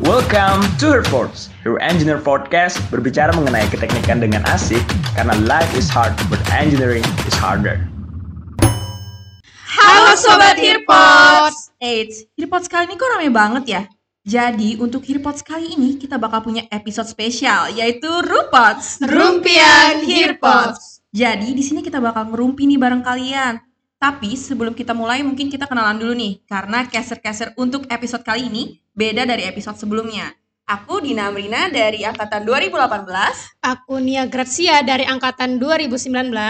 Welcome to Herports, your engineer podcast berbicara mengenai keteknikan dengan asik karena life is hard but engineering is harder. Halo Sobat Herports! Herports kali ini kok rame banget ya? Jadi untuk Herports kali ini kita bakal punya episode spesial yaitu Rupots, Rumpian Herports. Jadi di sini kita bakal ngerumpi nih bareng kalian. Tapi sebelum kita mulai mungkin kita kenalan dulu nih karena caster-caster untuk episode kali ini beda dari episode sebelumnya. Aku Dina Amrina dari angkatan 2018. Aku Nia Grazia dari angkatan 2019.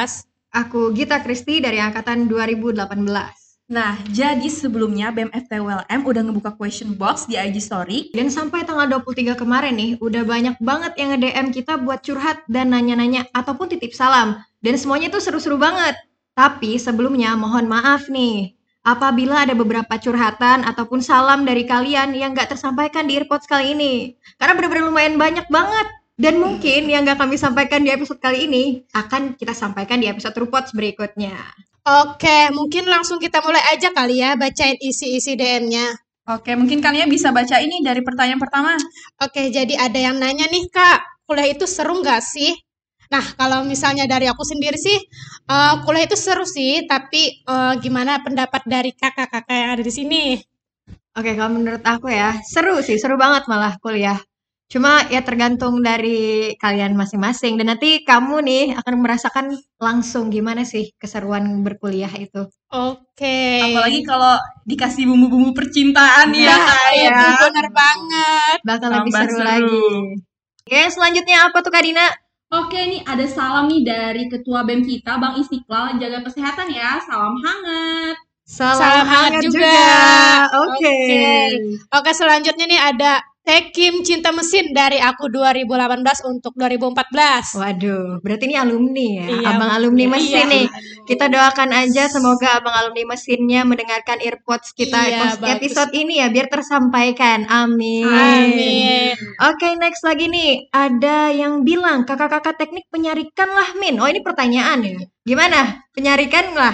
Aku Gita Kristi dari angkatan 2018. Nah, jadi sebelumnya BEM FTWLM udah ngebuka question box di IG story. Dan sampai tanggal 23 kemarin nih, udah banyak banget yang nge-DM kita buat curhat dan nanya-nanya ataupun titip salam. Dan semuanya tuh seru-seru banget. Tapi sebelumnya mohon maaf nih, apabila ada beberapa curhatan ataupun salam dari kalian yang gak tersampaikan di Herports kali ini. Karena bener-bener lumayan banyak banget. Dan mungkin yang gak kami sampaikan di episode kali ini akan kita sampaikan di episode Herports berikutnya. Oke, mungkin langsung kita mulai aja kali ya bacain isi-isi DM-nya. Oke, mungkin kalian bisa baca ini dari pertanyaan pertama. Oke, jadi ada yang nanya nih Kak, kuliah itu seru nggak sih? Nah, kalau misalnya dari aku sendiri sih, kuliah itu seru sih, tapi gimana pendapat dari kakak-kakak yang ada di sini? Oke, kalau menurut aku ya, seru sih, seru banget malah kuliah. Cuma ya tergantung dari kalian masing-masing. Dan nanti kamu nih akan merasakan langsung gimana sih keseruan berkuliah itu. Oke. Apalagi kalau dikasih bumbu-bumbu percintaan ya Kak ya. Itu benar banget. Bakal lebih Tambah seru seru. lagi. Oke, selanjutnya apa tuh Kak Dina? Oke nih ada salam nih dari ketua BEM kita Bang Istiqlal, jaga kesehatan ya, salam hangat. Salam hangat juga. Oke. Oke, selanjutnya nih ada Tekim Cinta Mesin dari aku 2018 untuk 2014. Waduh, berarti ini alumni ya, Iya, abang alumni mesin iya. nih. Kita doakan aja semoga abang alumni mesinnya mendengarkan Herports kita Iya, episode ini ya, biar tersampaikan. Amin. Amin. Oke, next lagi nih. Ada yang bilang, kakak-kakak teknik penyarikan lah, Min. Oh, ini pertanyaan ya. Gimana? Penyarikan lah?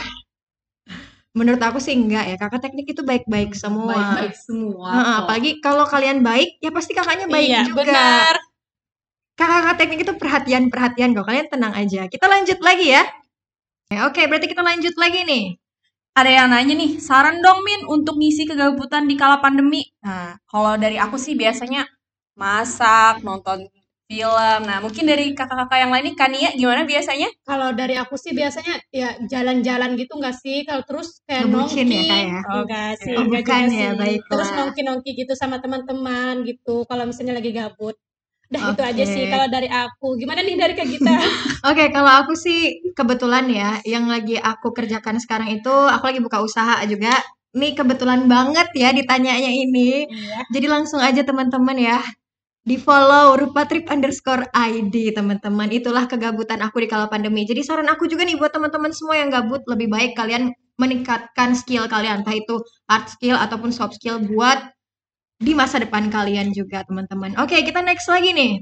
Menurut aku sih enggak ya. Kakak teknik itu baik-baik semua. Baik-baik semua. Heeh, kok. apalagi kalau kalian baik, ya pasti kakaknya baik Iya, juga. benar. Kakak-kakak teknik itu perhatian-perhatian kok. Kalian tenang aja. Kita lanjut lagi ya. Oke, berarti kita lanjut lagi nih. Ada yang nanya nih, saran dong Min untuk ngisi kegabutan di kala pandemi. Nah, kalau dari aku sih biasanya masak, nonton film. Nah, mungkin dari kakak-kakak yang lain nih, Kania gimana biasanya? Kalau dari aku sih biasanya ya jalan-jalan gitu nggak sih? Kalau terus kayak Ngebucin nongki, ya, Kak, ya? enggak sih, Oh, enggak bukan juga ya, sih. baiklah. Terus nongki-nongki gitu sama teman-teman gitu. Kalau misalnya lagi gabut. Dah itu aja sih Oke. kalau dari aku. Gimana nih dari Kak Gita? Oke, kalau aku sih kebetulan ya, yang lagi aku kerjakan sekarang itu, aku lagi buka usaha juga. Nih kebetulan banget ya ditanyanya ini. Iya. Jadi langsung aja teman-teman ya, di-follow rupatrip_id teman-teman. Itulah kegabutan aku di kala pandemi. Jadi saran aku juga nih buat teman-teman semua yang gabut, lebih baik kalian meningkatkan skill kalian, entah itu hard skill ataupun soft skill buat di masa depan kalian juga teman-teman. Oke, kita next lagi nih.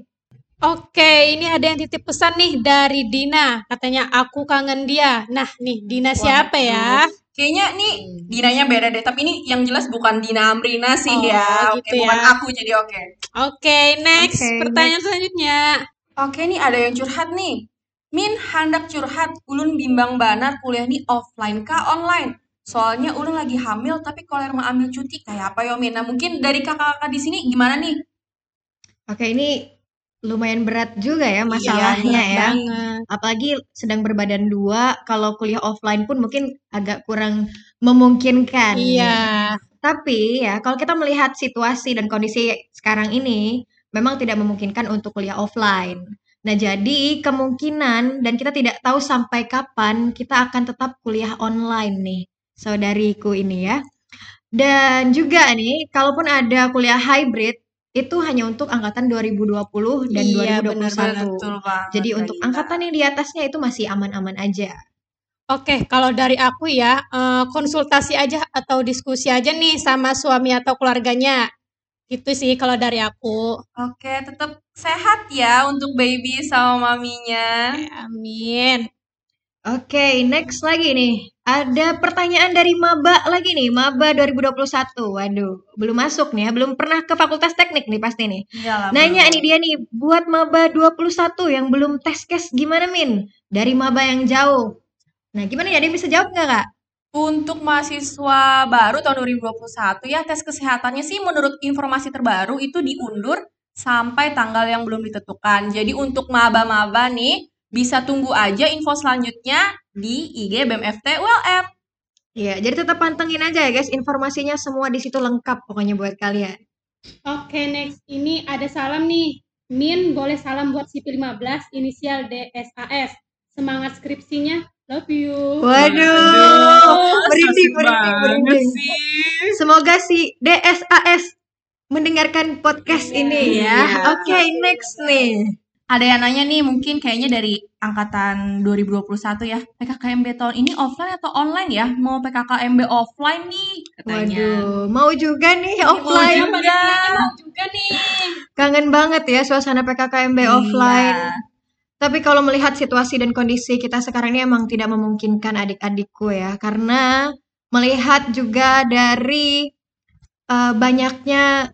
Oke, ini ada yang titip pesan nih dari Dina. Katanya aku kangen dia. Nah, nih Dina siapa ya? Kayaknya nih Dinanya beda deh, tapi ini yang jelas bukan Dina Amrina sih Oh, ya. Oke, gitu bukan ya. aku jadi oke. Oke, next. Oke, Pertanyaan selanjutnya. Oke nih ada yang curhat nih. Min hendak curhat, ulun bimbang banar kuliah nih offline kah online? Soalnya ulun lagi hamil tapi kalau mau ambil cuti kayak apa ya Min? Nah mungkin dari kakak-kakak di sini gimana nih? Oke, ini lumayan berat juga ya masalahnya Iya, ya. banget. Apalagi sedang berbadan dua, kalau kuliah offline pun mungkin agak kurang memungkinkan. Iya. Tapi ya, kalau kita melihat situasi dan kondisi sekarang ini, memang tidak memungkinkan untuk kuliah offline. Nah, jadi kemungkinan dan kita tidak tahu sampai kapan kita akan tetap kuliah online nih, saudariku ini ya. Dan juga nih, kalaupun ada kuliah hybrid, itu hanya untuk angkatan 2020 dan Iya, 2021. benar banget. Betul banget. Jadi Kak untuk Gita. angkatan yang di atasnya itu masih aman-aman aja. Oke, kalau dari aku ya, konsultasi aja atau diskusi aja nih sama suami atau keluarganya. Gitu sih kalau dari aku. Oke, tetap sehat ya untuk baby sama maminya. Amin. Oke, next lagi nih. Ada pertanyaan dari Maba lagi nih, Maba 2021. Waduh, belum masuk nih ya, belum pernah ke Fakultas Teknik nih pasti nih. Iyalah, Nanya belum. nih dia nih, buat Maba 21 yang belum tes case gimana Min? Dari Maba yang jauh. Nah, gimana ya? Ada yang bisa jawab nggak, Kak? Untuk mahasiswa baru tahun 2021 ya, tes kesehatannya sih menurut informasi terbaru itu diundur sampai tanggal yang belum ditentukan. Jadi untuk maba-maba nih, bisa tunggu aja info selanjutnya di IG BMFT ULM. Iya, jadi tetap pantengin aja ya guys, informasinya semua di situ lengkap pokoknya buat kalian. Oke, next. Ini ada salam nih. Min, boleh salam buat sipil 15, inisial DSAS. Semangat skripsinya. Love you. Waduh, merinding, so sweet banget merinding. sih. Semoga si DSAS mendengarkan podcast ini ya. Iya. Oke, next nih. Ada yang nanya nih, mungkin kayaknya dari angkatan 2021 ya. PKKMB tahun ini offline atau online ya? Mau PKKMB offline nih katanya. Waduh, mau juga nih Mau offline. juga. Mau juga nih. Kangen banget ya suasana PKKMB Iya. offline. Tapi kalau melihat situasi dan kondisi kita sekarang ini emang tidak memungkinkan adik-adikku ya. Karena melihat juga dari banyaknya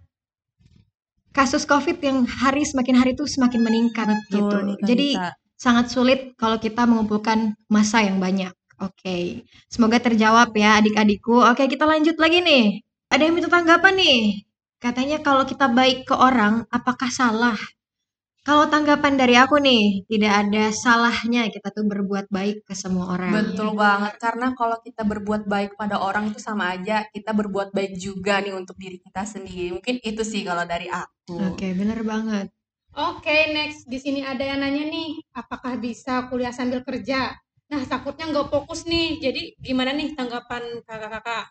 kasus COVID yang semakin hari tuh semakin meningkat Betul gitu. nih, Kak Jadi Dita. sangat sulit kalau kita mengumpulkan massa yang banyak. Oke, semoga terjawab ya adik-adikku. Oke, kita lanjut lagi nih. Ada yang minta tanggapan nih. Katanya kalau kita baik ke orang, apakah salah? Kalau tanggapan dari aku nih, tidak ada salahnya kita tuh berbuat baik ke semua orang. Betul banget, karena kalau kita berbuat baik pada orang itu sama aja kita berbuat baik juga nih untuk diri kita sendiri. Mungkin itu sih kalau dari aku. Oke, bener banget. Oke, next. Di sini ada yang nanya nih, apakah bisa kuliah sambil kerja? Nah, takutnya nggak fokus nih. Jadi, gimana nih tanggapan kakak-kakak?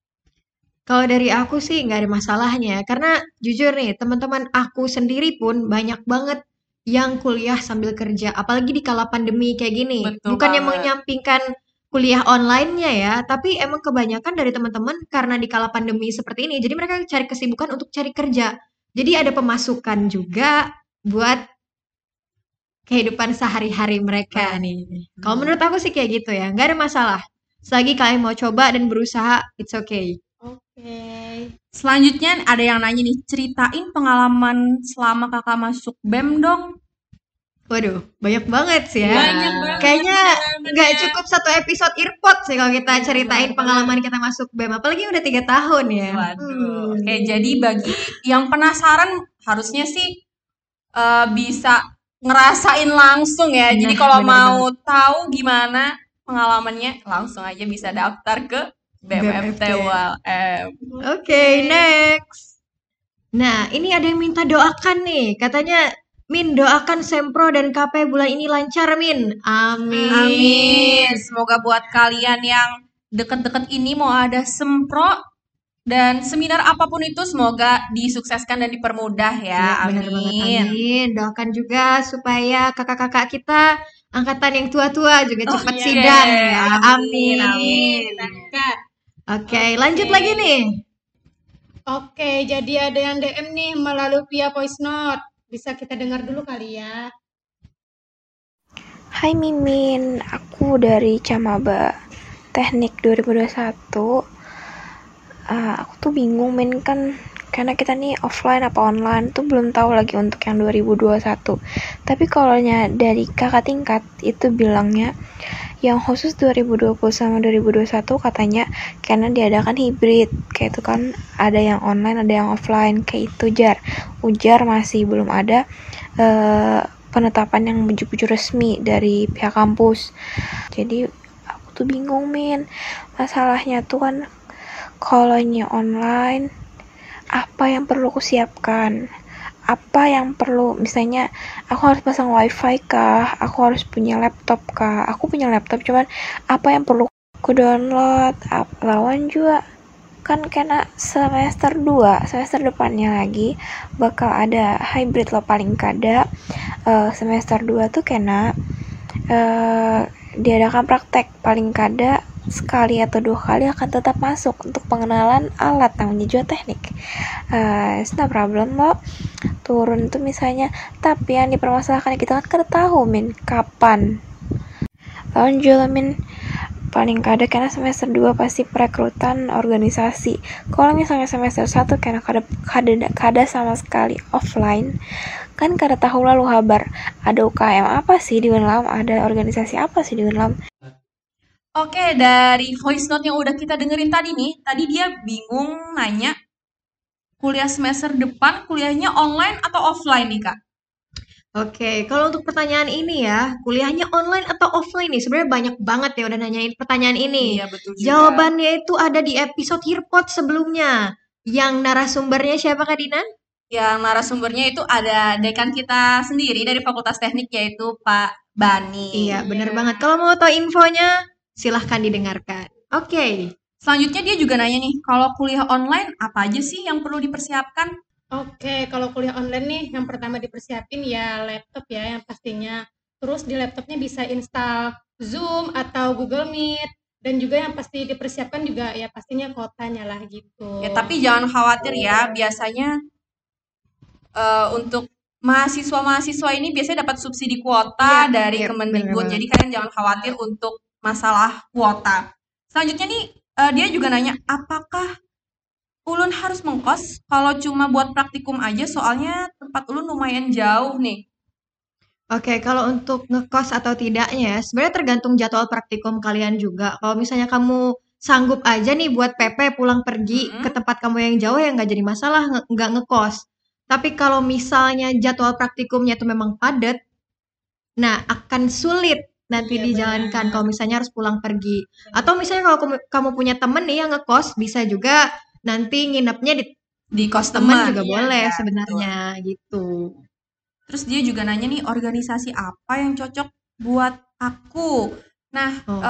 Kalau dari aku sih nggak ada masalahnya, karena jujur nih teman-teman aku sendiri pun banyak banget yang kuliah sambil kerja, apalagi di kala pandemi kayak gini. Betul Bukannya banget. menyampingkan kuliah online-nya ya, tapi emang kebanyakan dari teman-teman karena di kala pandemi seperti ini, jadi mereka cari kesibukan untuk cari kerja. Jadi ada pemasukan juga buat kehidupan sehari-hari mereka nih. Kalau menurut aku sih kayak gitu ya, nggak ada masalah. Selagi kalian mau coba dan berusaha, it's okay. Oke. Selanjutnya ada yang nanya nih, ceritain pengalaman selama kakak masuk BEM dong. Waduh, banyak banget sih ya. Banyak banget Kayaknya pengalamannya. nggak cukup satu episode earpod sih kalau kita ceritain pengalaman kita masuk BEM. Apalagi udah 3 tahun ya. Waduh. Oke, jadi bagi yang penasaran harusnya sih bisa ngerasain langsung ya. Jadi Nah, kalau bener mau tahu gimana pengalamannya, langsung aja bisa daftar ke BMFT BMFT. ULM. Oke, next. Nah, ini ada yang minta doakan nih. Katanya, Min, doakan Sempro dan KP bulan ini lancar, Min. Amin. Amin. Semoga buat kalian yang deket-deket ini mau ada sempro dan seminar apapun itu semoga disukseskan dan dipermudah ya. Iya, bener banget. Amin. Amin. Doakan juga supaya kakak-kakak kita angkatan yang tua-tua juga cepat iya. sidang ya. Amin, Amin. amin. Kak. Oke, lanjut lagi nih. Oke, jadi ada yang DM nih melalui via voice note. Bisa kita dengar dulu kali ya. Hai Mimin, aku dari Camaba Teknik 2021. Aku tuh bingung Min, kan karena kita nih offline apa online tuh belum tahu lagi untuk yang 2021. Tapi kalau dari kakak tingkat itu bilangnya yang khusus 2020 sama 2021 katanya karena diadakan hibrid kayak itu kan, ada yang online ada yang offline kayak itu. Ujar masih belum ada penetapan yang baju resmi dari pihak kampus. Jadi aku tuh bingung Min, masalahnya tuh kan kalau ini online apa yang perlu aku siapkan, apa yang perlu, misalnya aku harus pasang wifi kah, aku harus punya laptop kah. Aku punya laptop, cuman apa yang perlu aku download, lawan juga kan karena semester 2, semester depannya lagi bakal ada hybrid loh paling kada. Semester 2 tuh karena diadakan praktek paling kada sekali atau 2 kali akan tetap masuk untuk pengenalan alat, namanya juga teknik. It's no problem loh turun tuh misalnya, tapi yang dipermasalahkan kita kan kada tahu Min kapan lawan juga Min paling kada karena semester 2 pasti perekrutan organisasi. Kalau misalnya semester 1 karena kada sama sekali offline, kan kada tahu lalu kabar ada UKM apa sih di Unlam, ada organisasi apa sih di Unlam. Oke, dari voice note yang udah kita dengerin tadi nih, tadi dia bingung nanya kuliah semester depan kuliahnya online atau offline nih, Kak? Oke, kalau untuk pertanyaan ini ya, kuliahnya online atau offline nih? Sebenarnya banyak banget ya udah nanyain pertanyaan ini. Iya, betul juga. Jawabannya itu ada di episode Hearpod sebelumnya. Yang narasumbernya siapa Kak Dina? Yang narasumbernya itu ada dekan kita sendiri dari Fakultas Teknik yaitu Pak Bani. Iya, bener banget. Kalau mau tahu infonya, silahkan didengarkan. Oke. Selanjutnya dia juga nanya nih, kalau kuliah online apa aja sih yang perlu dipersiapkan? Oke, kalau kuliah online nih, yang pertama dipersiapin ya laptop ya, yang pastinya. Terus di laptopnya bisa install Zoom atau Google Meet. Dan juga yang pasti dipersiapkan juga ya pastinya kuotanya lah gitu. Ya, tapi jangan khawatir ya, biasanya untuk mahasiswa-mahasiswa ini biasanya dapat subsidi kuota dari Kemendikbud. Jadi kalian jangan khawatir untuk masalah kuota. Selanjutnya nih, dia juga nanya, apakah Ulun harus mengkos kalau cuma buat praktikum aja, soalnya tempat Ulun lumayan jauh nih. Oke, kalau untuk ngekos atau tidaknya, sebenarnya tergantung jadwal praktikum kalian juga. Kalau misalnya kamu sanggup aja nih buat PP pulang pergi ke tempat kamu yang jauh ya nggak jadi masalah, nggak ngekos. Tapi kalau misalnya jadwal praktikumnya itu memang padat, nah akan sulit nanti dijalankan kalau misalnya harus pulang pergi. Atau misalnya kalau kamu punya temen nih yang ngekos, bisa juga nanti nginepnya Di kos temen teman. juga boleh Ya, sebenarnya gitu. Terus dia juga nanya nih, organisasi apa yang cocok buat aku? Nah,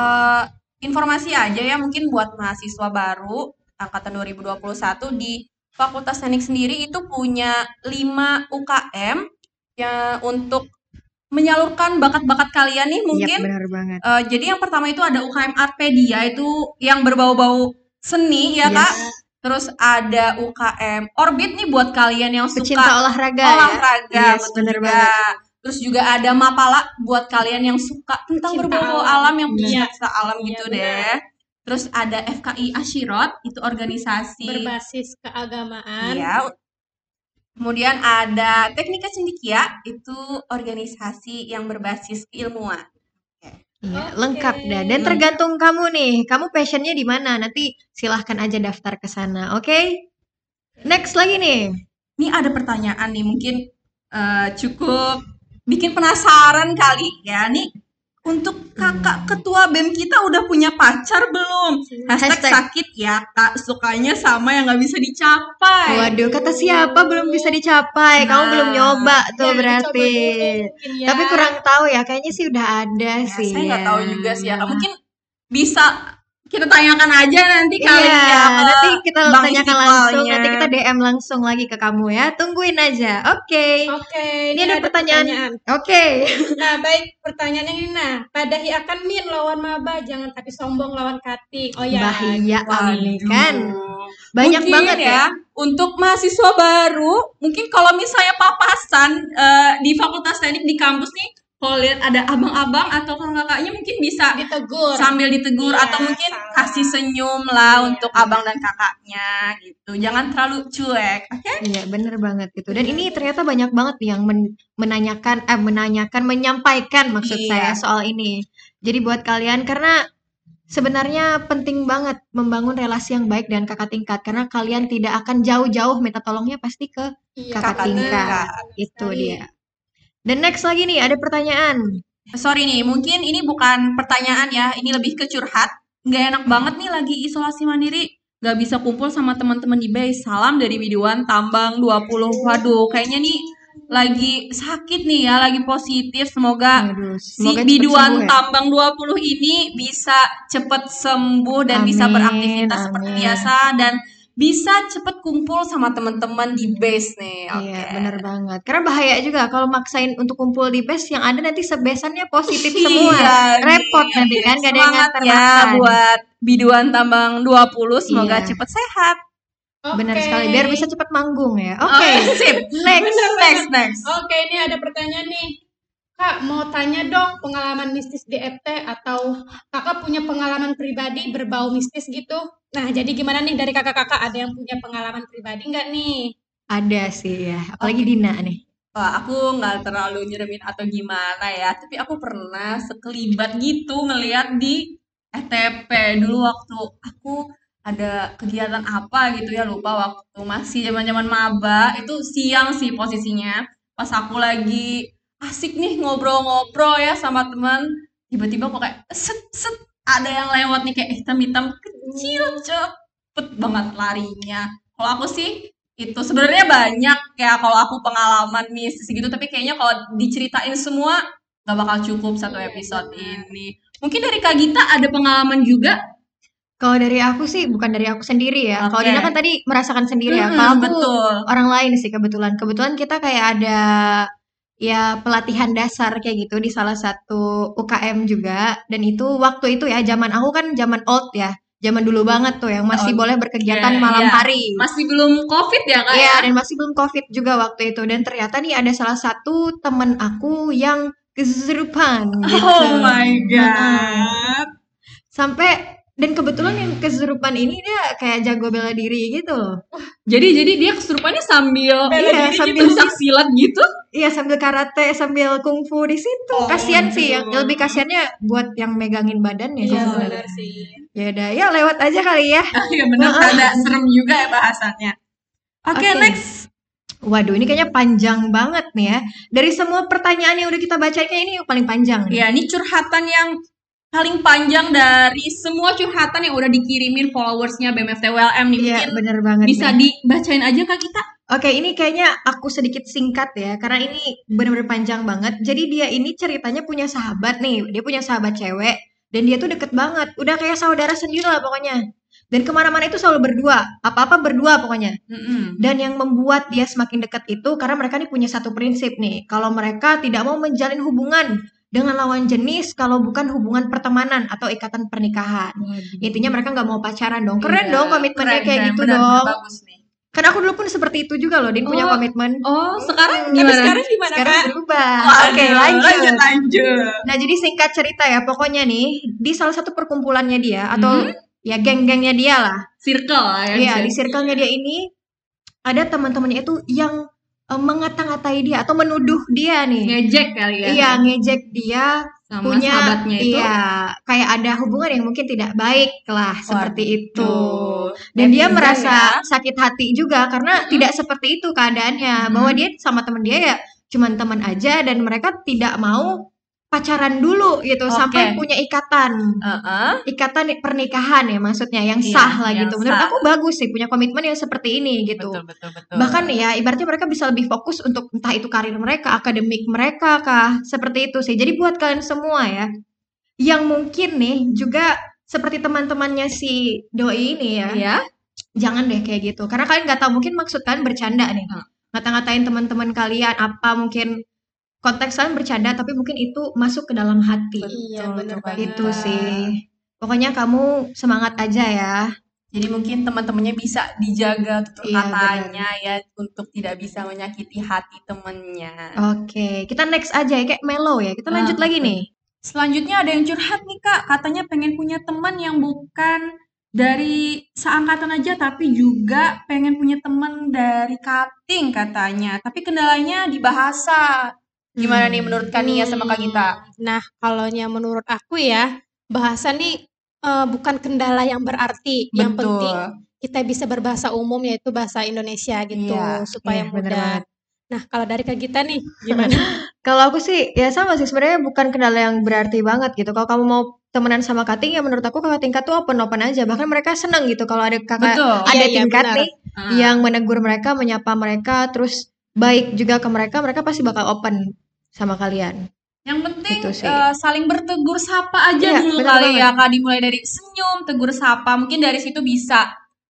informasi aja ya mungkin buat mahasiswa baru angkatan 2021 di Fakultas Teknik sendiri itu punya 5 UKM ya untuk menyalurkan bakat-bakat kalian nih mungkin. Iya, benar banget. Jadi yang pertama itu ada UKM Artpedia itu yang berbau-bau seni ya, Kak. Terus ada UKM Orbit nih buat kalian yang suka Pecinta olahraga ya. Yes, betul bener juga. banget. Terus juga ada Mapala buat kalian yang suka tentang berbau-bau alam yang punya alam gitu deh. Terus ada FKI Ashirot, itu organisasi berbasis keagamaan. Iya. Kemudian ada Teknika Cendikia, itu organisasi yang berbasis keilmuan. Iya, lengkap dah. Dan tergantung kamu nih, kamu passionnya di mana. Nanti silahkan aja daftar ke sana, oke? Next lagi nih. Ini ada pertanyaan nih, mungkin cukup bikin penasaran kali ya. Nih, untuk kakak ketua BEM kita udah punya pacar belum? Hashtag sakit ya, Kak. Sukanya sama yang gak bisa dicapai. Waduh, kata siapa belum bisa dicapai? Kamu belum nyoba tuh berarti. Ya. Tapi kurang tahu ya, kayaknya sih udah ada sih. Saya nggak tahu juga sih ya. Mungkin bisa kita tanyakan aja nanti kali Iya, ya. nanti kita Bang tanyakan langsung, Istiqlalnya. nanti kita DM langsung lagi ke kamu ya. Tungguin aja. Oke. Oke, Ini ada pertanyaan. Oke. Nah, baik pertanyaannya ini. Nah, padahi akan min lawan maba, jangan tapi sombong lawan kating. Oh ya. Bahaya amin Waduh. kan. Banyak Mungkin banget ya. Untuk mahasiswa baru, mungkin kalau misalnya papasan di Fakultas Teknik di kampus nih, kalau lihat ada abang-abang atau kakaknya mungkin bisa Ditegur. sambil ditegur Iya, atau mungkin salah. kasih senyum lah untuk abang dan kakaknya gitu. Jangan terlalu cuek, oke? Iya, bener banget gitu. Dan ini ternyata banyak banget nih yang menyampaikan maksud Iya. saya soal ini. Jadi buat kalian, karena sebenarnya penting banget membangun relasi yang baik dengan kakak tingkat. Karena kalian tidak akan jauh-jauh minta tolongnya pasti ke Iya, kakak tingkat. Itu dia. Dan next lagi nih, ada pertanyaan. Sorry nih, mungkin ini bukan pertanyaan ya, ini lebih ke curhat. Nggak enak banget nih lagi isolasi mandiri, nggak bisa kumpul sama teman-teman di base. Salam dari Biduan Tambang 20. Waduh, kayaknya nih lagi sakit nih ya, lagi positif. Semoga Aduh, si semoga cepet Biduan sembuh ya. Tambang 20 ini bisa cepet sembuh dan bisa Amin, beraktivitas seperti amin. biasa dan bisa cepet kumpul sama teman-teman di base nih. Oke. Iya, bener banget. Karena bahaya juga kalau maksain untuk kumpul di base yang ada nanti sebesannya positif semua. Iya, Repot nih. nanti kan, gak ada yang Semangat nganter ya makan. buat Biduan Tambang 20, semoga Iya. cepet sehat. Bener sekali, biar bisa cepet manggung ya. Oke, Sip. next. Next. Oke, ini ada pertanyaan nih. Kak, mau tanya dong pengalaman mistis di FT atau kakak punya pengalaman pribadi berbau mistis gitu? Nah, jadi gimana nih dari kakak-kakak ada yang punya pengalaman pribadi nggak nih? Ada sih ya, apalagi Oke. Dina nih. Wah, aku nggak terlalu nyeremin atau gimana ya, tapi aku pernah sekelibat gitu ngeliat di ETP dulu waktu aku ada kegiatan apa gitu ya, lupa waktu masih zaman-zaman maba, itu siang sih posisinya. Pas aku lagi asik nih ngobrol-ngobrol ya sama teman, tiba-tiba kok kayak set set ada yang lewat nih kayak hitam-hitam kecil cepet banget larinya. Kalau aku sih itu sebenarnya banyak ya kalau aku pengalaman mistis gitu, tapi kayaknya kalau diceritain semua nggak bakal cukup satu Iya, episode benar. ini. Mungkin dari Kak Gita ada pengalaman juga? Kalau dari aku sih bukan dari aku sendiri ya. Kalau Oke. Dina kan tadi merasakan sendiri ya. Kalau aku Betul. orang lain sih kebetulan. Kebetulan kita kayak ada ya pelatihan dasar kayak gitu di salah satu UKM juga. Dan itu waktu itu ya zaman aku kan zaman old ya. Zaman dulu banget tuh yang masih boleh berkegiatan Oke, malam iya. hari. Masih belum COVID ya Kak Iya, ya? dan masih belum COVID juga waktu itu. Dan ternyata nih ada salah satu temen aku yang kesurupan gitu. Oh my Heeh. god. Sampai dan kebetulan yang kesurupan ini dia kayak jago bela diri gitu loh. Jadi dia kesurupannya sambil Iya, diri sambil gitu, silat gitu. iya sambil karate, sambil kungfu di situ. Oh, Kasihan sih, yang aduh. lebih kasihannya buat yang megangin badannya sih Iya, sebenarnya. benar sih. Ya udah, ya lewat aja kali ya. Iya bener, rada serem juga ya bahasannya. Oke, Oke. next. Waduh, ini kayaknya panjang banget nih ya. Dari semua pertanyaan yang udah kita bacain, kayak ini yang paling panjang nih. Ya, ini curhatan yang paling panjang dari semua curhatan yang udah dikirimin followersnya BMFT WLM nih. Iya, Mungkin bener banget bisa nih. dibacain aja Kak kita. Oke, ini kayaknya aku sedikit singkat ya, karena ini bener-bener panjang banget. Jadi dia ini ceritanya punya sahabat nih, dia punya sahabat cewek, dan dia tuh deket banget, udah kayak saudara sendiri lah pokoknya. Dan kemana-mana itu selalu berdua, apa-apa berdua pokoknya. Dan yang membuat dia semakin dekat itu karena mereka nih punya satu prinsip nih, kalau mereka tidak mau menjalin hubungan dengan lawan jenis kalau bukan hubungan pertemanan atau ikatan pernikahan. Intinya mereka nggak mau pacaran dong. Keren Iya, dong komitmennya keren, kayak keren. gitu Benar, dong. bagus nih. Karena aku dulu pun seperti itu juga loh, Din punya komitmen. Oh, sekarang Tapi gimana? sekarang gimana, Sekarang Kak? berubah. Waduh, Oke, lanjut. lanjut. Nah, jadi singkat cerita ya, pokoknya nih di salah satu perkumpulannya dia atau ya geng-gengnya dia lah. Circle lah ya. Iya, bisa di circle-nya dia ini ada teman-temannya itu yang mengata-ngatai dia atau menuduh dia nih. ngejek kali ya. Iya, ngejek dia Sama punya sahabatnya itu. iya, kayak ada hubungan yang mungkin tidak baik lah seperti itu. Waduh. Dan dia Netizen merasa ya. sakit hati juga karena tidak seperti itu keadaannya. Bahwa dia sama temen dia ya cuman teman aja dan mereka tidak mau pacaran dulu gitu Oke. sampai punya ikatan. Ikatan pernikahan ya maksudnya yang Iya, sah lah yang gitu. Menurut sah. aku bagus sih punya komitmen yang seperti ini gitu. Betul. Bahkan ya ibaratnya mereka bisa lebih fokus untuk entah itu karir mereka, akademik mereka kah, seperti itu sih. Jadi buat kalian semua ya, yang mungkin nih juga seperti teman-temannya si doi ini ya, Iya. jangan deh kayak gitu. Karena kalian nggak tahu mungkin maksud kalian bercanda nih, ngata-ngatain teman-teman kalian apa mungkin konteks kalian bercanda, tapi mungkin itu masuk ke dalam hati. Iya, benar banget. Itu sih. Pokoknya kamu semangat aja ya. Jadi mungkin teman-temannya bisa dijaga tutur Iya, katanya ya untuk tidak bisa menyakiti hati temennya. Oke, kita next aja ya kayak mellow ya. Kita lanjut lagi betul. nih. Selanjutnya ada yang curhat nih Kak, katanya pengen punya teman yang bukan dari seangkatan aja tapi juga pengen punya teman dari cutting katanya. Tapi kendalanya di bahasa. Gimana nih menurut Kania sama Kak Gita? Nah, kalaunya menurut aku ya, bahasa nih bukan kendala yang berarti. Yang Betul. penting kita bisa berbahasa umum yaitu bahasa Indonesia gitu Iya, supaya iya, bener mudah. banget. Nah, kalau dari Kak Gita nih gimana? Kalau aku sih ya sama sih sebenarnya bukan kendala yang berarti banget gitu. Kalau kamu mau temenan sama cutting ya menurut aku kakak tingkat tuh open aja. Bahkan mereka seneng gitu kalau ada kakak Betul. ada Iya, iya, tingkat benar. nih yang menegur mereka, menyapa mereka, terus baik juga ke mereka, mereka pasti bakal open sama kalian. Yang penting Itu sih. saling bertegur sapa aja Iya, dulu bener kali banget. ya Kak, dimulai dari senyum, tegur sapa. Mungkin dari situ bisa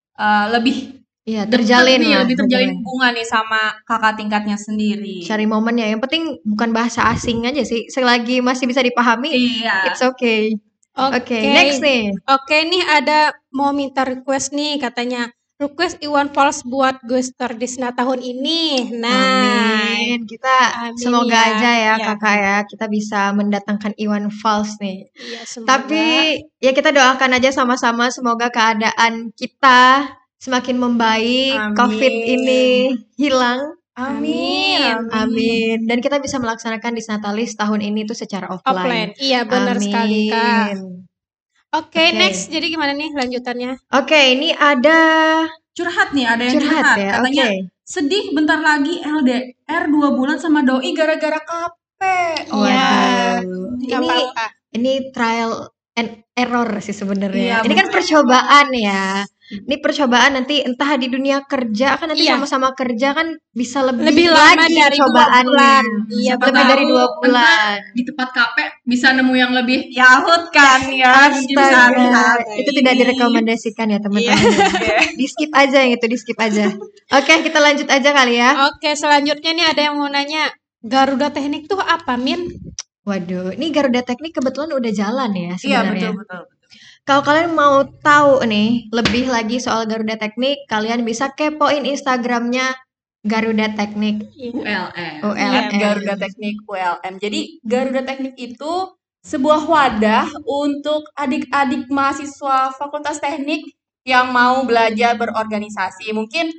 lebih Iya, deket terjalin nih, lah. lebih terjalin hubungan nih sama kakak tingkatnya sendiri. Cari momennya. Yang penting bukan bahasa asing aja sih. Selagi masih bisa dipahami, Iya. it's okay. Oke, next nih. Oke nih ada mau minta request nih katanya. request Iwan Fals buat gue star Disna tahun ini. Nah, Amin. Kita amin semoga ya. aja ya Iya, kakak ya, kita bisa mendatangkan Iwan Fals nih. iya Tapi semoga. ya kita doakan aja sama-sama semoga keadaan kita semakin membaik, COVID ini hilang. Amin. Amin. Dan kita bisa melaksanakan Disnatalis tahun ini tuh secara offline. Offline. Iya benar sekali Kak. Amin. Oke, Oke. next. Jadi gimana nih lanjutannya? Oke, ini ada Curhat nih, ada yang curhat curhat. ya. Katanya Oke. sedih bentar lagi LDR 2 bulan sama doi gara-gara KP. Oh, Iya. Waduh. Nggak Ini apa-apa. ini trial and error sih sebenarnya. Iya, Ini kan bener. percobaan ya. Ini percobaan nanti entah di dunia kerja kan nanti Iya. sama-sama kerja kan bisa lebih Lebih lama lagi dari 2 cobaannya. bulan. Iya Siapa Lebih benar. dari 2 bulan. Di tempat KP bisa nemu yang lebih Yahut kan ya. Jadi bisa Astaga, hari-hari. itu tidak direkomendasikan ya teman-teman. Di skip aja yang itu, di skip aja. Oke, kita lanjut aja kali ya. Oke, selanjutnya nih ada yang mau nanya, Garuda Teknik tuh apa, Min? Waduh, ini Garuda Teknik kebetulan udah jalan ya Iya, sebenarnya. betul. Kalau kalian mau tahu nih lebih lagi soal Garuda Teknik, kalian bisa kepoin Instagramnya Garuda Teknik ULM. ULM. Garuda Teknik ULM. Jadi Garuda Teknik itu sebuah wadah untuk adik-adik mahasiswa Fakultas Teknik yang mau belajar berorganisasi. Mungkin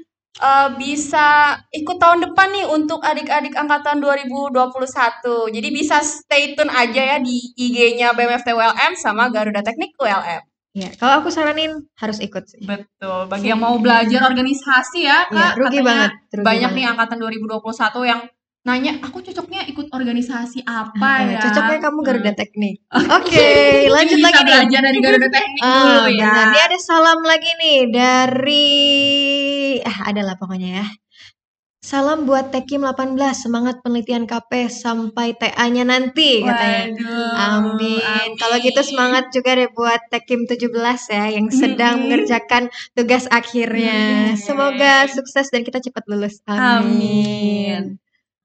bisa ikut tahun depan nih untuk adik-adik angkatan 2021. Jadi bisa stay tune aja ya di IG-nya BMFT ULM sama Garuda Teknik ULM. Ya, kalau aku saranin harus ikut sih. Betul. Bagi yang mau belajar organisasi ya, Iya, Kak. rugi katanya banget, rugi banyak banget. nih angkatan 2021 yang nanya, aku cocoknya ikut organisasi apa ya? Cocoknya kamu Garuda Teknik. Oke, lanjut Bisa lagi nih. belajar dari Garuda Teknik dulu ya. Benar. Ini ada salam lagi nih dari adalah pokoknya ya. Salam buat Tekim 18, semangat penelitian KP sampai TA-nya nanti katanya. Waduh, Amin. Kalau gitu semangat juga deh buat Tekim 17 ya yang sedang mengerjakan tugas akhirnya. Semoga sukses dan kita cepat lulus. Amin.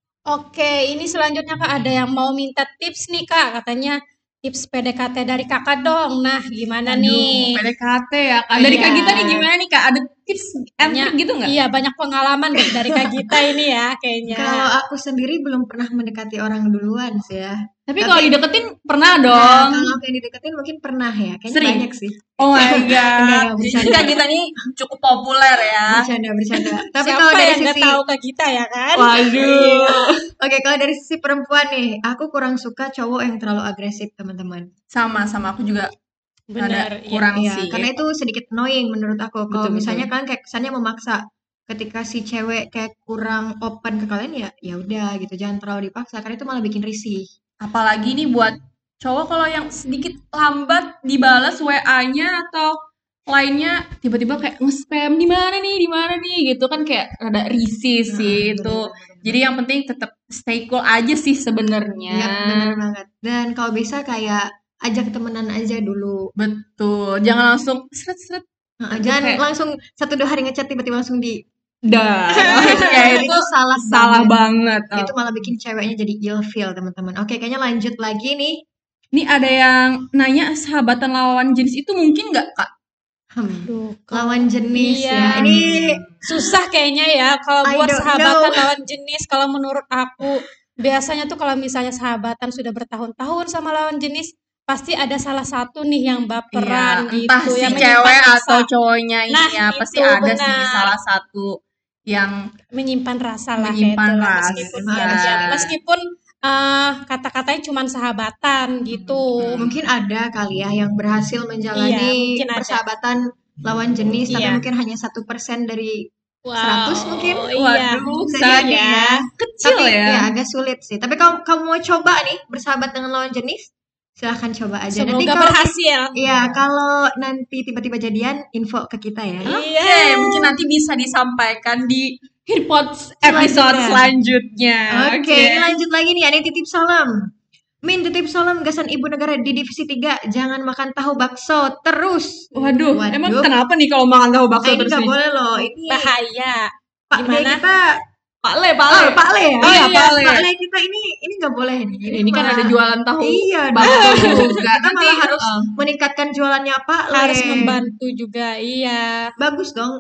Oke, ini selanjutnya Kak ada yang mau minta tips nih Kak, katanya tips PDKT dari Kakak dong. Nah, gimana nih? PDKT ya, Kak. Dari Iya. Kak Gita nih gimana nih, Kak? Ada tips and Banyak- trick gitu nggak? Iya, banyak pengalaman deh dari Kak Gita ini ya kayaknya. Kalau aku sendiri belum pernah mendekati orang duluan sih ya. Tapi kalau dideketin pernah Nah, dong. kalau aku yang dideketin mungkin pernah ya. Kayaknya Sering? banyak sih. Oh my Enggak, god. Jadi bercanda. Kak Gita nih cukup populer ya. Bercanda. Tapi Siapa kalau dari yang nggak sisi tahu Kak Gita ya kan? Waduh. Oke, kalau dari sisi perempuan nih, aku kurang suka cowok yang terlalu agresif, teman-teman. Sama aku juga Benar, ada kurang Iya, sih. karena itu sedikit annoying menurut aku. Kalau Betul, misalnya kan kayak kesannya memaksa. Ketika si cewek kayak kurang open ke kalian ya udah gitu, jangan terlalu dipaksa karena itu malah bikin risih. Apalagi nih buat cowok kalau yang sedikit lambat dibalas WA-nya atau lainnya tiba-tiba kayak nge-spam di mana nih gitu kan kayak rada risih sih itu. Jadi yang penting tetap stay cool aja sih sebenarnya. Iya, benar banget. Dan kalau bisa kayak ajak temenan aja dulu. Betul. Jangan langsung seret-seret Jangan kayak- langsung 1-2 hari ngechat tiba-tiba langsung di dah. Ya itu salah banget. Oh. Itu malah bikin ceweknya jadi ilfeel, teman-teman. Oke, kayaknya lanjut lagi nih. Nih ada yang nanya sahabatan lawan jenis itu mungkin nggak, Kak? Aduh, Lawan jenis Iya. ya. Ini susah kayaknya ya kalau I buat don't sahabatan know. lawan jenis. Kalau menurut aku biasanya tuh kalau misalnya sahabatan sudah bertahun-tahun sama lawan jenis pasti ada salah satu nih yang baperan Iya, gitu entah si yang cewek menyimpan rasa, atau cowoknya ini Nah, ya pasti itu ada sih benar. salah satu yang menyimpan rasa lah Menyimpan kayak itulah, rasa. meskipun Iya. meskipun kata-katanya cuma sahabatan gitu. mungkin ada kali ya yang berhasil Iya, menjalani mungkin ada. persahabatan lawan jenis, tapi Iya. mungkin hanya 1% dari Wow, 100 mungkin. Iya, Waduh, bisa sangat ya. kecil Tapi ya. agak sulit sih. Tapi kalau kamu mau coba nih bersahabat dengan lawan jenis, silahkan coba aja. Nanti Semoga kalau berhasil. Iya, kalau nanti tiba-tiba jadian, info ke kita ya. Iya. Oke, mungkin nanti bisa disampaikan di Hirpods episode selanjutnya. Oke, ini lanjut lagi nih. Ada yang titip salam. Min, titip salam gasan ibu negara di divisi 3. Jangan makan tahu bakso terus. Waduh, emang kenapa nih kalau makan tahu bakso Nah, ini terus nggak nih? boleh loh. Ini Bahaya. Pak Le Gimana? kita, Pak Le. Pak Le ya? Oh, iya, Pak Pak Le. Pak Le kita ini nggak boleh nih. Ini kan ada jualan tahu Iya, bakso dong. juga. Kita malah harus Oh. meningkatkan jualannya Pak Le. Harus membantu juga. Iya. Bagus dong.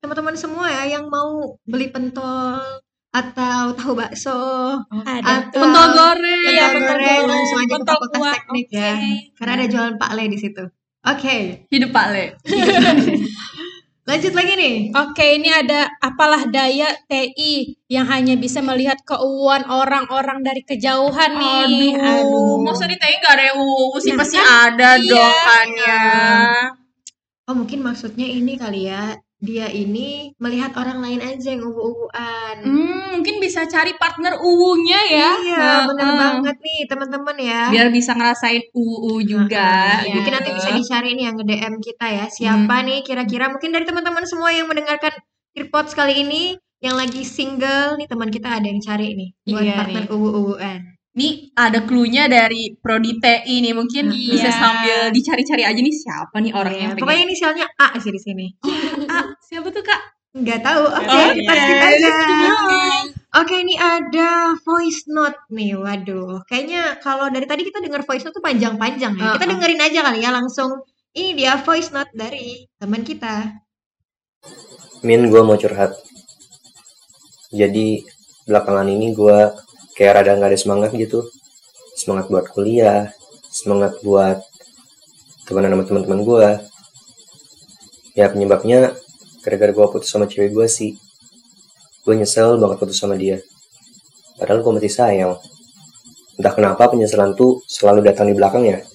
teman-teman semua ya yang mau beli pentol atau tahu bakso Ada. atau Pentol goreng. Iya, pentol pentol goreng goreng, langsung aja ke pentol Fakultas kuah, Teknik ya. oke. Karena ada jualan Pak Le di situ. Oke, Hidup Pak Le. lanjut lagi nih. Oke, ini ada apalah daya TI yang hanya bisa melihat keuuan orang-orang dari kejauhan nih. Aduh, masa di TI nggak ada yang sih Nah, pasti kan, ada iya. dong kan ya. Oh mungkin maksudnya ini kali ya, dia ini melihat orang lain aja yang uwu-uwuan. Mungkin bisa cari partner uwunya ya. Iya, bener Heeh. banget nih teman-teman ya. Biar bisa ngerasain juga. Iya. Mungkin nanti bisa dicari nih yang nge-DM kita ya. Siapa nih kira-kira mungkin dari teman-teman semua yang mendengarkan Earpods kali ini yang lagi single nih, teman kita ada yang cari nih buat Iya partner nih. uwu-uwuan. Nih ada clue-nya dari Prodi TI nih. Mungkin bisa Iya. sambil dicari-cari aja nih siapa nih orang Iya, yang pokoknya pengen. inisialnya A sih di sini. Siapa tuh Kak? Nggak tahu. Oke, tahu. kita skip aja. Oke, ini ada voice note nih. Waduh, kayaknya kalau dari tadi kita dengar voice note tuh panjang-panjang ya. Kita dengerin aja kali ya langsung. Ini dia voice note dari teman kita. Min, gue mau curhat. Jadi belakangan ini gue kayak rada gak ada semangat gitu. Semangat buat kuliah, semangat buat temenan sama teman-teman gue. Ya penyebabnya gara-gara gue putus sama cewek gue sih. Gue nyesel banget putus sama dia. Padahal gue masih sayang. Entah kenapa penyesalan tuh selalu datang di belakang ya.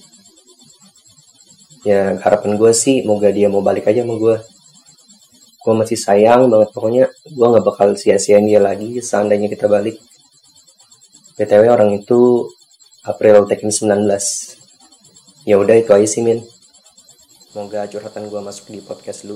Ya harapan gue sih moga dia mau balik aja sama gue. Gue masih sayang banget, pokoknya gue gak bakal sia-siain dia lagi seandainya kita balik. BTW orang itu April Tekin 19. Ya udah itu aja sih Min. Semoga curhatan gue masuk di podcast lu.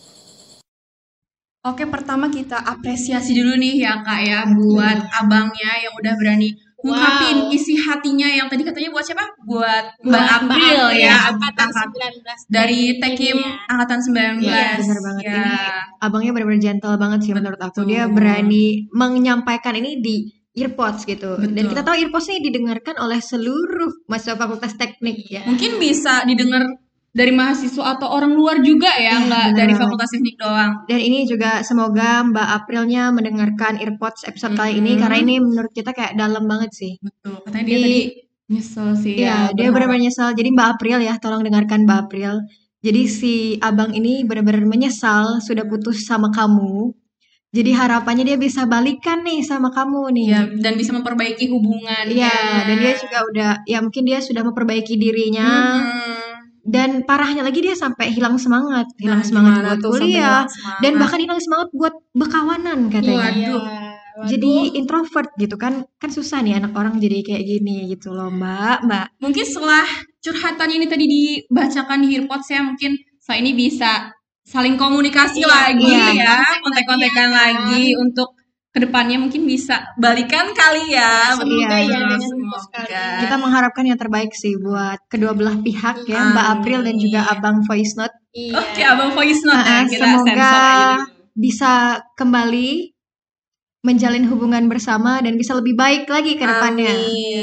Oke, pertama kita apresiasi dulu nih ya Kak ya buat abangnya yang udah berani ngungkapin isi hatinya yang tadi katanya buat siapa? Buat Mbak April ya, angkatan angkat 19 dari Tekim Iya. angkatan 19. Iya, bener banget. Ya. Ini abangnya benar-benar gentle banget sih menurut aku. Betul. Dia berani menyampaikan ini di Earpods gitu. Dan Betul. kita tahu Earpods ini didengarkan oleh seluruh mahasiswa Fakultas Teknik ya. Mungkin bisa didengar dari mahasiswa atau orang luar juga ya, nggak bener dari banget. Fakultas Teknik doang. Dan ini juga semoga Mbak Aprilnya mendengarkan Earpods episode kali ini karena ini menurut kita kayak dalam banget sih. Betul, katanya dia tadi nyesel sih ya. Iya, dia benar-benar nyesal. Jadi Mbak April ya, tolong dengarkan Mbak April. Jadi si abang ini benar-benar menyesal sudah putus sama kamu. Jadi harapannya dia bisa balikan nih sama kamu nih. Ya, dan bisa memperbaiki hubungannya. Iya, dan dia juga udah, ya mungkin dia sudah memperbaiki dirinya. Dan parahnya lagi dia sampai hilang semangat Nah, semangat gimana buat tuh sampai kuliah. hilang semangat? Dan bahkan hilang semangat buat berkawanan katanya. Waduh. Jadi introvert gitu kan susah nih anak orang jadi kayak gini gitu loh Mbak. Mungkin setelah curhatan ini tadi dibacakan di Earpods ya, mungkin setelah ini bisa saling komunikasi lagi ya, kontek-kontekan lagi untuk kedepannya mungkin bisa balikan kali ya. Semoga Iya, ya dengan semoga. sekali. Kita mengharapkan yang terbaik sih buat kedua belah pihak ya, Mbak April dan juga Abang Voice Note. Iya. Oke, Abang Voice Note ya, kita Semoga sensor aja dulu. bisa kembali menjalin hubungan bersama dan bisa lebih baik lagi ke depannya.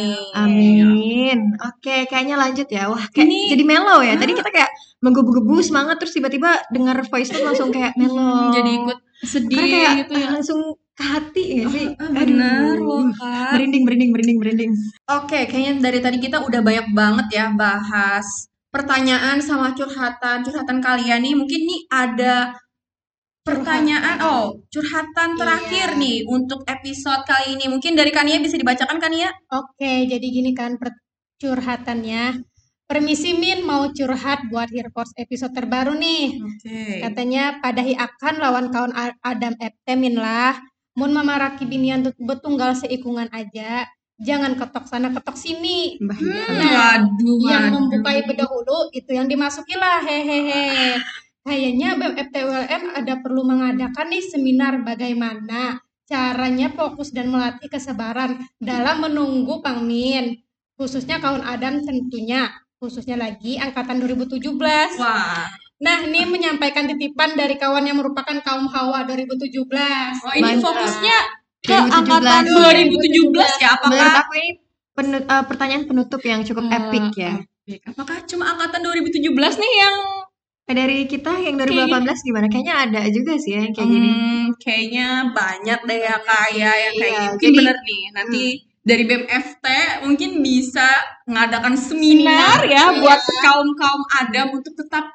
Amin. Oke, kayaknya lanjut ya. Wah, kayak jadi mellow ya. Tadi kita kayak menggebu-gebu semangat terus tiba-tiba dengar voice note langsung kayak mellow. Jadi ikut sedih Karena kayak gitu ya. langsung ke hati ya sih. Bener loh, Kak. Merinding. Oke, kayaknya dari tadi kita udah banyak banget ya bahas pertanyaan sama curhatan kalian nih. Mungkin nih ada pertanyaan, curhatan terakhir nih untuk episode kali ini. Mungkin dari Kania bisa dibacakan Kania? Oke, jadi gini kan curhatannya. Permisi Min, mau curhat buat Earpods episode terbaru nih. Oke. Katanya padahi akan lawan kawan Adam Eptemin lah. Mun memaraki binian betunggal seikungan aja. Jangan ketok sana ketok sini. Waduh, Yang waduh. membukai bedahulu itu yang dimasuki lah, hehehe. Kayaknya BEM FTULM ada perlu mengadakan nih seminar bagaimana caranya fokus dan melatih kesabaran dalam menunggu Pangmin. Khususnya kawan Adam tentunya, khususnya lagi angkatan 2017. Wah. Nah, ini menyampaikan titipan dari kawan yang merupakan kaum Hawa 2017. Oh, ini Mantap. fokusnya ke 2017. angkatan 2017 ya? Menurut Apakah aku ini pertanyaan penutup yang cukup epic ya. Apakah cuma angkatan 2017 nih yang Dari kita yang 2018 gimana? Kayaknya ada juga sih ya yang kayak gini. Kayaknya banyak deh ya Kak ya yang kayak Iya, gini. Mungkin jadi- bener nih. Nanti dari BMFT mungkin bisa mengadakan seminar ya buat kaum-kaum Adam untuk tetap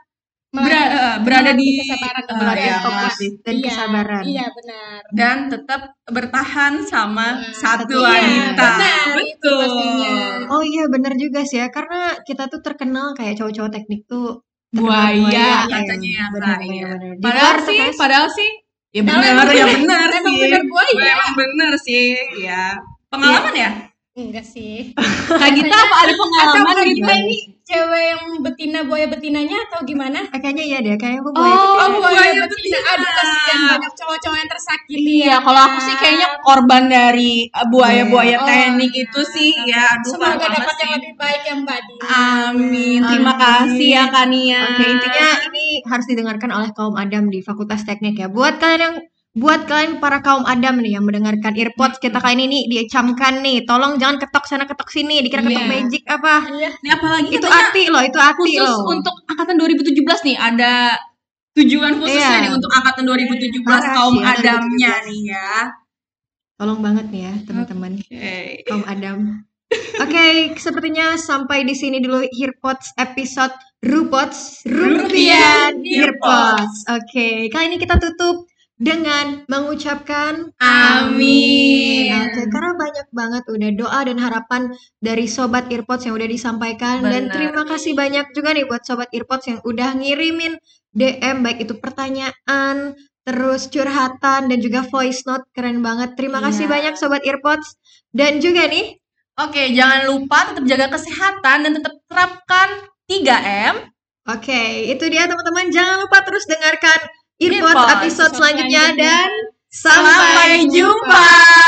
berada di kesabaran dan Melatih ya, fokus melatih. dan kesabaran. Iya, benar. dan tetap bertahan sama satu Iya, wanita. benar, itu Betul. pastinya. Oh iya bener juga sih ya, karena kita tuh terkenal kayak cowok-cowok teknik tuh Buaya terkenal katanya ya bener, Kak. bener, Iya. bener. Di Padahal luar tuh sih, kayak- padahal sih ya Padahal benar, emang ya bener. benar Emang sih. bener buaya. Emang bener sih, ya. Pengalaman ya? Enggak sih. Kak Gita apa ada pengalaman Atau gitu? kita ini cewek yang betina buaya betinanya atau gimana? kayaknya iya deh, kayaknya aku Oh, buaya buaya betina. betina. Aduh, kasihan banyak cowok-cowok yang tersakiti. Iya, kalau aku sih kayaknya korban dari buaya-buaya Oh, teknik itu sih. Ya, aduh Semoga parah dapat banget yang sih. lebih baik yang Mbak Dina. Amin. Terima kasih ya Kak Nia. Oke, intinya ini harus didengarkan oleh kaum Adam di Fakultas Teknik ya. Buat kalian para kaum Adam nih yang mendengarkan earpods kita kali ini nih dicamkan nih, tolong jangan ketok sana ketok sini, dikira ketok Iya. magic apa. Ini apalagi Itu katanya hati loh, itu hati khusus loh. untuk angkatan 2017 nih ada tujuan khususnya Iya. nih untuk angkatan 2017 Parah kaum sih ya, Adamnya 2017. nih ya. Tolong banget nih ya, teman-teman. Oke. Kaum Adam. Oke, sepertinya sampai di sini dulu Earpods episode Rupods Rupiah Earpods. Oke, kali ini kita tutup dengan mengucapkan Amin. Oke, karena banyak banget udah doa dan harapan dari Sobat Earpods yang udah disampaikan. Dan Benar. terima kasih banyak juga nih buat Sobat Earpods yang udah ngirimin DM, baik itu pertanyaan, terus curhatan, dan juga voice note. Keren banget. Terima kasih Iya. banyak Sobat Earpods. Dan juga nih, Oke, jangan lupa tetap jaga kesehatan dan tetap terapkan 3M. oke, itu dia teman-teman. Jangan lupa terus dengarkan Earpods Earpods episode selanjutnya. Dan Sampai jumpa.